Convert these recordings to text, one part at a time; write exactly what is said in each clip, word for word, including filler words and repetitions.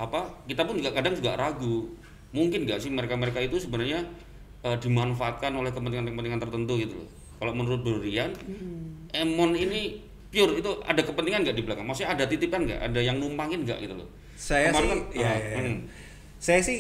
apa kita pun juga kadang juga ragu, mungkin nggak sih mereka-mereka itu sebenarnya uh, dimanfaatkan oleh kepentingan-kepentingan tertentu gitu loh. Kalau menurut Bro Rian, hmm. Emon ini pure itu ada kepentingan nggak di belakang? Maksudnya ada titipan nggak? Ada yang numpangin nggak gitu loh? Saya Kemarin sih, kan, ya, uh, ya, ya. Hmm. saya sih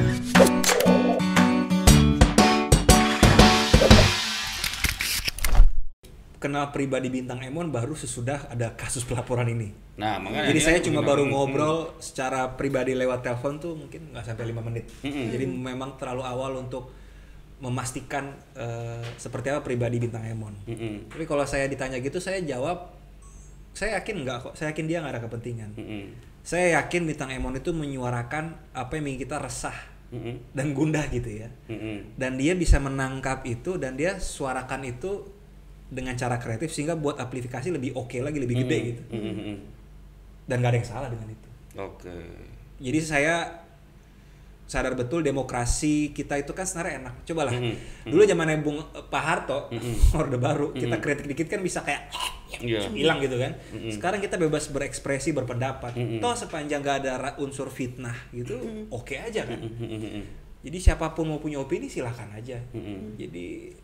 kenal pribadi bintang Emon baru sesudah ada kasus pelaporan ini. Nah, makanya jadi saya cuma baru hmm, ngobrol hmm. secara pribadi lewat telepon tuh mungkin nggak sampai lima menit. Hmm. Jadi memang terlalu awal untuk memastikan uh, seperti apa pribadi bintang Emon. Hmm. Tapi kalau saya ditanya gitu, saya jawab, saya yakin nggak kok. Saya yakin dia nggak ada kepentingan. Hmm. Saya yakin bintang Emon itu menyuarakan apa yang bikin kita resah hmm. dan gundah gitu ya. Hmm. Dan dia bisa menangkap itu dan dia suarakan itu dengan cara kreatif sehingga buat amplifikasi lebih oke okay lagi, lebih gede mm-hmm. gitu. Mm-hmm. Dan gak ada yang salah dengan itu. Oke. Okay. Jadi saya sadar betul demokrasi kita itu kan sebenarnya enak. Cobalah. Mm-hmm. Dulu zamannya Bung Pak Harto, mm-hmm. Orde Baru, mm-hmm. kita kritik dikit kan bisa kayak yeah. hilang gitu kan. Mm-hmm. Sekarang kita bebas berekspresi, berpendapat. Mm-hmm. Toh sepanjang gak ada unsur fitnah gitu, mm-hmm. oke okay aja kan. Mm-hmm. Jadi siapapun mau punya opini silahkan aja. Mm-hmm. Jadi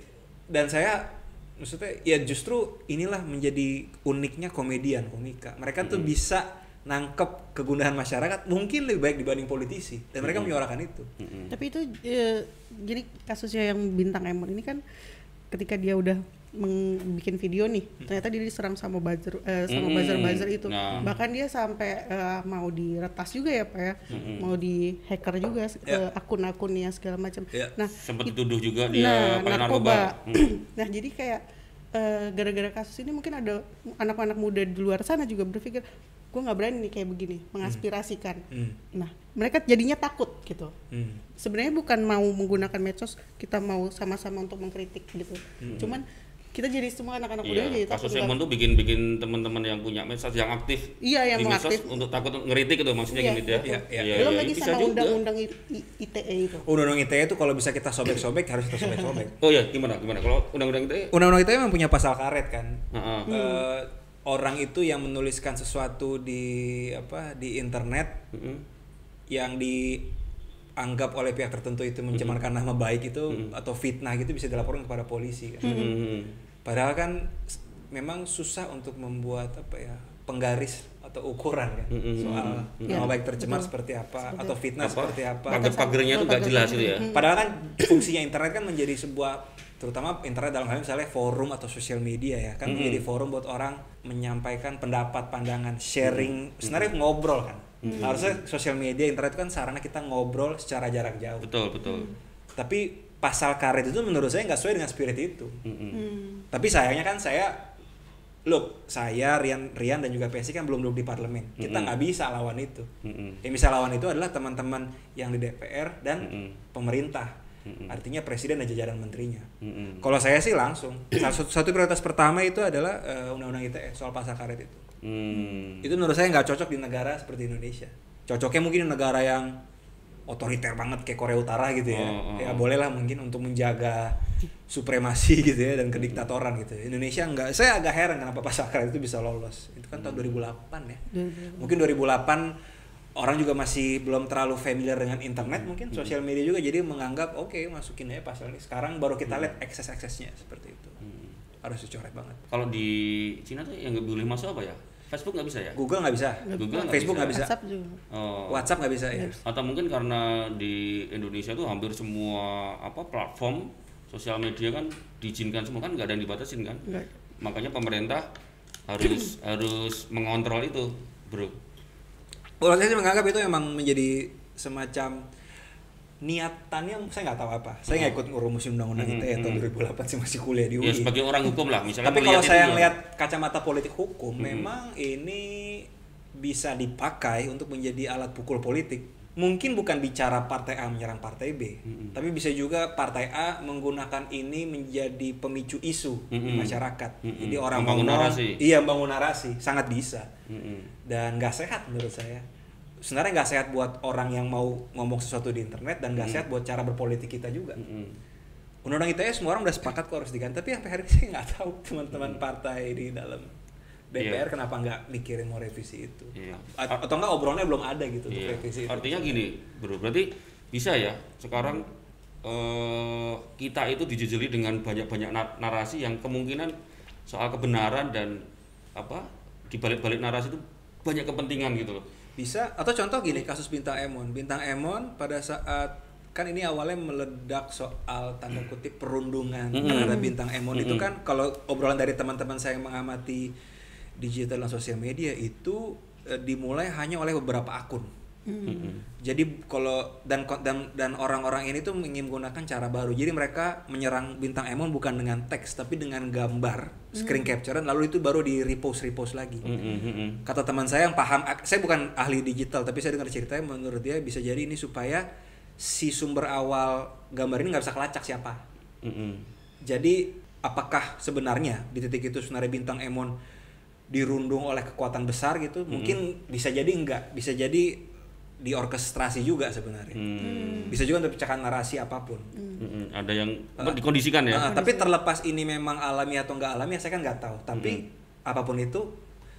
dan saya maksudnya ya justru inilah menjadi uniknya komedian, komika. Mereka tuh mm-hmm. bisa nangkep kegundahan masyarakat mungkin lebih baik dibanding politisi dan mereka mm-hmm. menyuarakan itu. Mm-hmm. Tapi itu e, jadi kasusnya yang bintang Emon ini kan ketika dia udah bikin video nih, hmm. ternyata dia diserang sama buzzer eh, sama hmm. buzzer-buzzer itu. Nah. Bahkan dia sampai uh, mau diretas juga ya Pak ya, hmm. mau di hacker juga yeah. uh, akun-akunnya segala macam. Yeah. Nah, sempat dituduh juga dia nah, pakai narkoba. narkoba. Hmm. Nah, jadi kayak uh, gara-gara kasus ini mungkin ada anak-anak muda di luar sana juga berpikir, gue nggak berani nih kayak begini mengaspirasikan. Hmm. Nah, mereka jadinya takut gitu. Hmm. Sebenarnya bukan mau menggunakan medsos, kita mau sama-sama untuk mengkritik gitu. Hmm. Cuman kita jadi semua anak-anak muda iya, jadi kasus Emon tuh bikin-bikin teman-teman yang punya medsos yang aktif iya, yang di medsos aktif untuk takut ngeritik itu maksudnya iya, gitu ya. Iya, iya, iya, belum iya, lagi sama undang-undang I T E itu. Undang-undang I T E itu kalau bisa kita sobek-sobek harus kita sobek-sobek. Oh iya, gimana gimana kalau undang-undang I T E? Undang-undang I T E memang punya pasal karet kan. Uh-huh. Uh, orang itu yang menuliskan sesuatu di apa di internet uh-huh. yang dianggap oleh pihak tertentu itu mencemarkan uh-huh. nama baik itu uh-huh. atau fitnah gitu bisa dilaporkan kepada polisi kan. Uh-huh. Padahal kan memang susah untuk membuat apa ya penggaris atau ukuran kan mm-hmm. soal mm-hmm. nama baik tercemar mm-hmm. seperti apa seperti atau fitnah apa? Seperti apa. Pagar-pagarnya itu nggak jelas itu ya. Padahal kan fungsinya internet kan menjadi sebuah, terutama internet dalam hal misalnya forum atau sosial media ya kan mm-hmm. menjadi forum buat orang menyampaikan pendapat, pandangan, sharing, mm-hmm. sebenarnya ngobrol kan. Mm-hmm. Harusnya sosial media internet itu kan sarana kita ngobrol secara jarak jauh. Betul betul. Mm-hmm. Tapi pasal karet itu menurut saya nggak sesuai dengan spirit itu. Mm-hmm. Hmm. Tapi sayangnya kan saya, look, saya Rian, Rian dan juga P S I kan belum duduk di parlemen. Kita nggak mm-hmm. bisa lawan itu. Mm-hmm. Yang bisa lawan itu adalah teman-teman yang di D P R dan mm-hmm. pemerintah. Mm-hmm. Artinya presiden dan jajaran menterinya. Mm-hmm. Kalau saya sih langsung. Satu, satu prioritas pertama itu adalah uh, undang-undang I T E soal pasal karet itu. Mm-hmm. Itu menurut saya nggak cocok di negara seperti Indonesia. Cocoknya mungkin di negara yang otoriter banget kayak Korea Utara gitu ya. Oh, oh. Ya bolehlah mungkin untuk menjaga supremasi gitu ya dan kediktatoran gitu. Indonesia enggak. Saya agak heran kenapa pasal karet itu bisa lolos. Itu kan tahun dua ribu delapan ya. Hmm. Mungkin dua ribu delapan orang juga masih belum terlalu familiar dengan internet, mungkin sosial media juga jadi menganggap oke okay, masukin aja pasal ini. Sekarang baru kita lihat akses-aksesnya seperti itu. Hmm. Harus dicoret banget. Kalau di Cina tuh yang nggak boleh masuk apa ya? Facebook nggak bisa ya? Google nggak bisa. Google nggak Facebook nggak bisa. WhatsApp juga. Oh. WhatsApp nggak bisa ya. Atau mungkin karena di Indonesia tuh hampir semua apa platform sosial media kan diizinkan semua kan nggak ada yang dibatasin kan? Nggak. Makanya pemerintah harus harus mengontrol itu, bro. Kalau saya sih menganggap itu memang menjadi semacam niatannya, saya nggak tahu apa. Saya nggak ikut ngurusin undang-undang I T E tahun dua ribu delapan sih, masih kuliah di U I. Ya sebagai orang hukum lah misalnya. Tapi kalau saya ngelihat kacamata politik hukum, hmm. memang ini bisa dipakai untuk menjadi alat pukul politik. Mungkin bukan bicara partai A menyerang partai B, hmm. tapi bisa juga partai A menggunakan ini menjadi pemicu isu hmm. di masyarakat. Hmm. Jadi orang membangun ngomong, narasi. Iya, membangun narasi, sangat bisa. Hmm. Dan nggak sehat menurut saya. Sebenarnya nggak sehat buat orang yang mau ngomong sesuatu di internet dan nggak hmm. sehat buat cara berpolitik kita juga. Hmm. Undang-undang I T E semua orang udah sepakat kok harus diganti, tapi sampai hari ini saya nggak tahu teman-teman hmm. partai di dalam D P R yeah. kenapa nggak mikirin mau revisi itu? Yeah. A- atau enggak obrolannya belum ada gitu yeah. untuk revisi itu. Artinya gini, bro, berarti bisa ya sekarang eh, kita itu dijejeli dengan banyak-banyak narasi yang kemungkinan soal kebenaran dan apa di balik-balik narasi itu banyak kepentingan gitu loh. Bisa, atau contoh gini, kasus Bintang Emon. Bintang Emon pada saat kan ini awalnya meledak soal tanda kutip perundungan mm-hmm. terhadap Bintang Emon mm-hmm. itu kan kalau obrolan dari teman-teman saya yang mengamati digital dan sosial media itu e, dimulai hanya oleh beberapa akun. Mm-hmm. Jadi kalau dan dan dan orang-orang ini tuh ingin menggunakan cara baru. Jadi mereka menyerang Bintang Emon bukan dengan teks tapi dengan gambar, screen capture, lalu itu baru di repost repost lagi. Mm-hmm. Kata teman saya yang paham, saya bukan ahli digital tapi saya dengar ceritanya, menurut dia bisa jadi ini supaya si sumber awal gambar ini nggak bisa kelacak siapa. Mm-hmm. Jadi apakah sebenarnya di titik itu sebenarnya Bintang Emon dirundung oleh kekuatan besar gitu? Mm-hmm. Mungkin bisa jadi enggak, bisa jadi diorkestrasi juga sebenarnya. Mm. Bisa juga untuk pecahkan narasi apapun. Mm-hmm. Ada yang uh, dikondisikan ya. Uh, tapi terlepas ini memang alami atau enggak alami, saya kan nggak tahu. Tapi mm-hmm. apapun itu,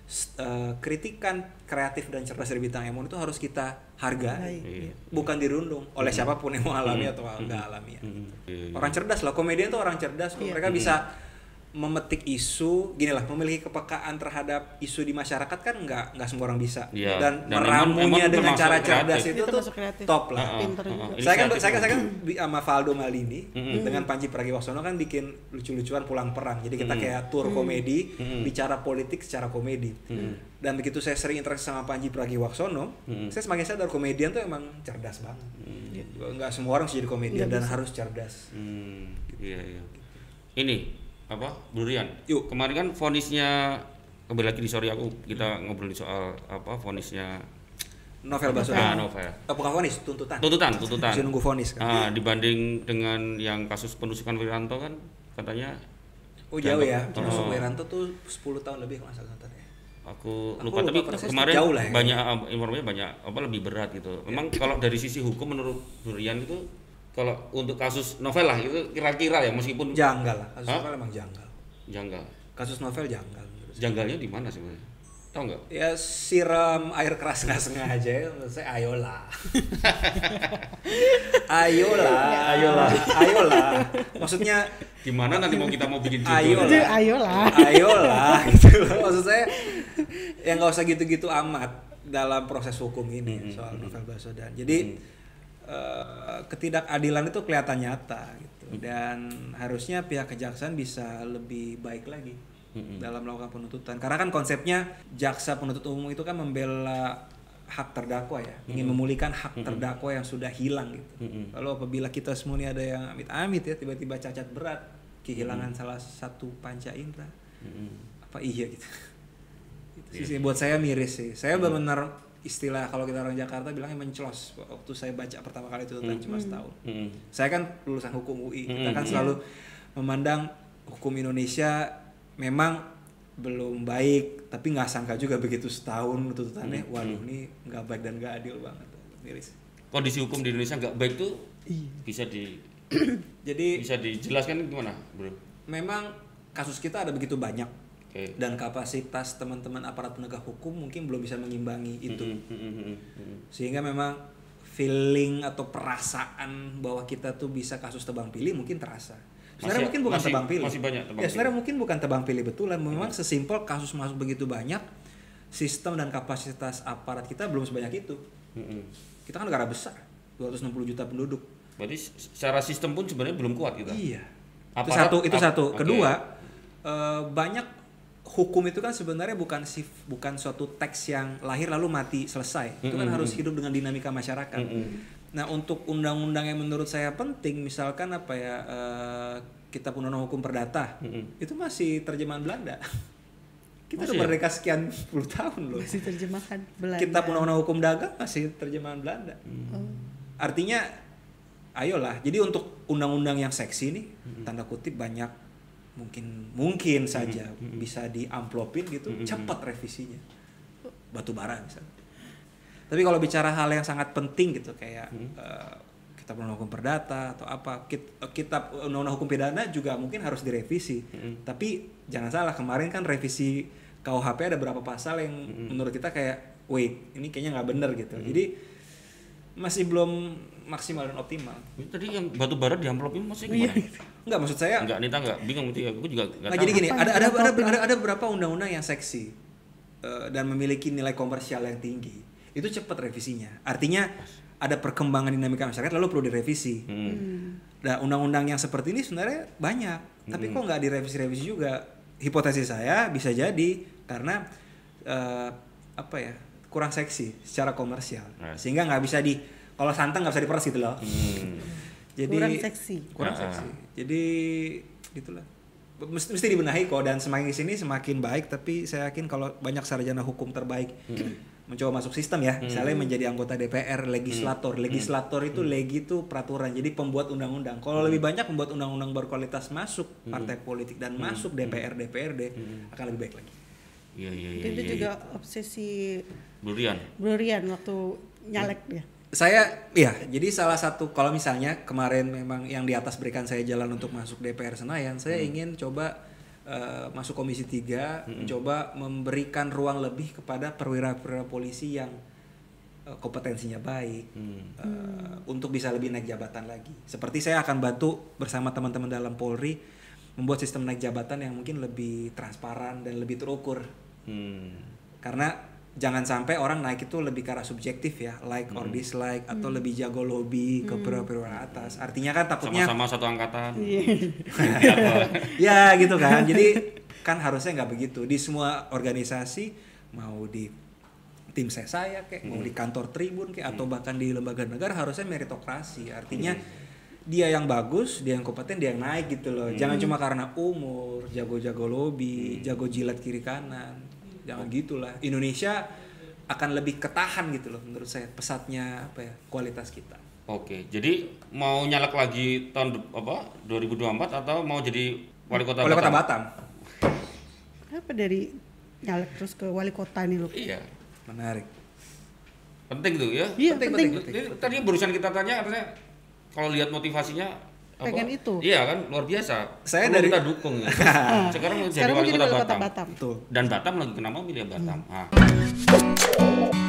uh, kritikan kreatif dan cerdas dari Bintang Emon itu harus kita hargai, mm-hmm. bukan dirundung oleh mm-hmm. siapapun yang mau alami mm-hmm. atau enggak alami. Ya. Mm-hmm. Orang cerdas lah, komedian tuh orang cerdas. Yeah. Mereka mm-hmm. bisa memetik isu, gini lah, memiliki kepekaan terhadap isu di masyarakat kan nggak nggak semua orang bisa. Ya, dan, dan meramunya emang, dengan emang cara kreatif. cerdas itu, itu tuh top lah. Uh, uh, uh, uh, saya kan saya kan saya kan sama Valdo Maldini mm-hmm. dengan Panji Pragiwaksono kan bikin lucu-lucuan pulang perang. Jadi kita mm-hmm. kayak tour komedi, mm-hmm. bicara politik secara komedi. Mm-hmm. Dan begitu saya sering interaksi sama Panji Pragiwaksono, mm-hmm. saya semakin sadar komedian tuh emang cerdas banget. Mm-hmm. Nggak semua orang bisa jadi komedian dan bisa. Harus cerdas. Mm, iya iya. Ini apa Burian? Yuk. Kemarin kan vonisnya kembali lagi di sorry aku kita ngobrolin soal apa vonisnya Novel Baswedan. Ah, novel. Oh, bukan vonis, tuntutan. Tuntutan, tuntutan. Masih nunggu vonis kan. Ah, dibanding dengan yang kasus penusukan Wiranto kan katanya oh jauh ya. Penusuk oh. Wiranto tuh sepuluh tahun lebih kalau nggak salah ya. Aku, aku lupa, lupa tapi kemarin ya. banyak informasinya banyak apa lebih berat gitu. Memang ya. Kalau dari sisi hukum menurut Burian itu kalau untuk kasus novel lah itu kira-kira ya meskipun janggal lah, kasus Hah? novel emang janggal. Janggal. Kasus novel janggal. Janggalnya di mana sebenarnya? Tahu nggak? Ya siram air keras nggak sengaja, menurut saya ayolah. ayolah, ayolah, ayolah. Maksudnya gimana nanti mau kita mau bikin judul? Ayolah, ayolah, ayolah. Gitu. Maksud saya ya nggak usah gitu-gitu amat dalam proses hukum ini mm-hmm. soal Novel Baswedan. Jadi mm-hmm. Uh, ketidakadilan itu kelihatan nyata gitu. Dan harusnya pihak kejaksaan bisa lebih baik lagi mm-hmm. dalam melakukan penuntutan karena kan konsepnya jaksa penuntut umum itu kan membela hak terdakwa ya, ingin mm-hmm. memulihkan hak mm-hmm. terdakwa yang sudah hilang gitu. Mm-hmm. Lalu apabila kita semua ini ada yang amit-amit ya tiba-tiba cacat berat, kehilangan mm-hmm. salah satu panca indera, mm-hmm. apa iya gitu. Itu sih yeah. buat saya miris sih. Saya mm-hmm. benar-benar istilah kalau kita orang Jakarta bilangnya menclos. Waktu saya baca pertama kali itu mm-hmm. cuma setahun. Mm-hmm. Saya kan lulusan hukum U I, kita kan mm-hmm. selalu memandang hukum Indonesia memang belum baik, tapi nggak sangka juga begitu setahun tuntutannya, mm-hmm. waduh ini nggak baik dan nggak adil banget, miris. Kondisi hukum di Indonesia nggak baik tuh bisa di jadi bisa dijelaskan gimana, bro? Memang kasus kita ada begitu banyak. Okay. Dan kapasitas teman-teman aparat penegak hukum mungkin belum bisa mengimbangi itu, mm-hmm, mm-hmm, mm-hmm. sehingga memang feeling atau perasaan bahwa kita tuh bisa kasus tebang pilih mungkin terasa. Sebenarnya mungkin bukan masih, tebang pilih. Masih banyak tebang ya sebenarnya mungkin bukan tebang pilih betulan. Memang mm-hmm. sesimpel kasus masuk begitu banyak, sistem dan kapasitas aparat kita belum sebanyak itu. Mm-hmm. Kita kan negara besar, dua ratus enam puluh juta penduduk. Berarti secara sistem pun sebenarnya belum kuat kita. Iya. Aparat, itu satu, itu ap- satu. Okay. Kedua, uh, banyak hukum itu kan sebenarnya bukan sif, bukan suatu teks yang lahir lalu mati selesai. Mm-hmm. Itu kan harus hidup dengan dinamika masyarakat. Mm-hmm. Nah, untuk undang-undang yang menurut saya penting, misalkan apa ya, uh, kita punya undang hukum perdata, mm-hmm. itu masih terjemahan Belanda. Kita masih udah merdeka ya? Sekian puluh tahun loh. Masih terjemahan Belanda. Kita punya undang hukum dagang masih terjemahan Belanda. Mm. Oh. Artinya, ayolah. Jadi untuk undang-undang yang seksi nih, mm-hmm. tanda kutip banyak. mungkin mungkin saja mm-hmm. bisa diamplopin gitu, mm-hmm. cepat revisinya, batu bara misalnya. Tapi kalau bicara hal yang sangat penting gitu kayak mm-hmm. uh, kitab undang hukum perdata atau apa, kitab undang-undang hukum pidana juga mungkin harus direvisi. Mm-hmm. Tapi jangan salah, kemarin kan revisi K U H P ada beberapa pasal yang mm-hmm. menurut kita kayak wait ini kayaknya nggak bener gitu. Mm-hmm. Jadi masih belum maksimal dan optimal. Tadi yang batu bara di amplop ini masih gimana? Enggak, maksud saya enggak, Nita enggak bingung itu ya. Aku juga enggak nah, tahu. jadi gini, ada ada ada ada ada beberapa undang-undang yang seksi uh, dan memiliki nilai komersial yang tinggi. Itu cepat revisinya. Artinya ada perkembangan dinamika masyarakat lalu perlu direvisi. Hmm. Nah, undang-undang yang seperti ini sebenarnya banyak, hmm. tapi kok nggak direvisi-revisi juga? Hipotesis saya bisa jadi karena uh, apa ya kurang seksi secara komersial, nah. sehingga nggak bisa di kalau santan nggak bisa diperas gitu loh. Hmm. Jadi kurang seksi. Kurang nah. seksi. Jadi gitulah. Mesti, mesti dibenahi kok dan semakin kesini semakin baik. Tapi saya yakin kalau banyak sarjana hukum terbaik hmm. mencoba masuk sistem ya, hmm. misalnya menjadi anggota D P R, legislator. Hmm. Legislator itu hmm. legi itu peraturan. Jadi pembuat undang-undang. Kalau hmm. lebih banyak pembuat undang-undang berkualitas masuk hmm. partai politik dan hmm. masuk D P R, D P R D hmm. akan lebih baik lagi. Iya iya iya. Itu ya, juga ya. obsesi Blurian. Blurian waktu nyalek dia. Saya ya jadi salah satu kalau misalnya kemarin memang yang di atas berikan saya jalan untuk masuk D P R Senayan, saya hmm. ingin coba uh, masuk Komisi tiga, hmm. coba memberikan ruang lebih kepada perwira-perwira polisi yang uh, kompetensinya baik hmm. uh, hmm. untuk bisa lebih naik jabatan lagi. Seperti saya akan bantu bersama teman-teman dalam Polri membuat sistem naik jabatan yang mungkin lebih transparan dan lebih terukur. Hmm. Karena jangan sampai orang naik itu lebih ke arah subjektif ya, like hmm. or dislike atau hmm. lebih jago lobby ke perwira-perwira atas. Artinya kan takutnya sama-sama satu angkatan. Ya gitu kan. Jadi kan harusnya nggak begitu. Di semua organisasi mau di tim saya kayak hmm. mau di kantor Tribun kayak hmm. atau bahkan di lembaga negara harusnya meritokrasi. Artinya hmm. dia yang bagus, dia yang kompeten, dia yang naik gitu loh. Hmm. Jangan cuma karena umur, jago-jago lobby, hmm. jago jilat kiri kanan. Jangan gitulah. Indonesia akan lebih ketahan gitu loh menurut saya pesatnya apa ya kualitas kita. Oke, jadi mau nyalek lagi tahun apa dua ribu dua puluh empat atau mau jadi wali kota wali Batam? Kota Batam. Kenapa dari nyalek terus ke wali kota nih lo? Iya. Menarik. Penting tuh ya? Iya, penting. penting. penting, penting. Tadi barusan kita tanya katanya kalau lihat motivasinya pengen apa? itu. Iya kan luar biasa. Saya perlu dari kita dukung ya. Sekarang mau jadi Sekarang wali kota Batam. Batam. Betul. Dan Batam lagi kenapa milih Batam? Hmm. Ah.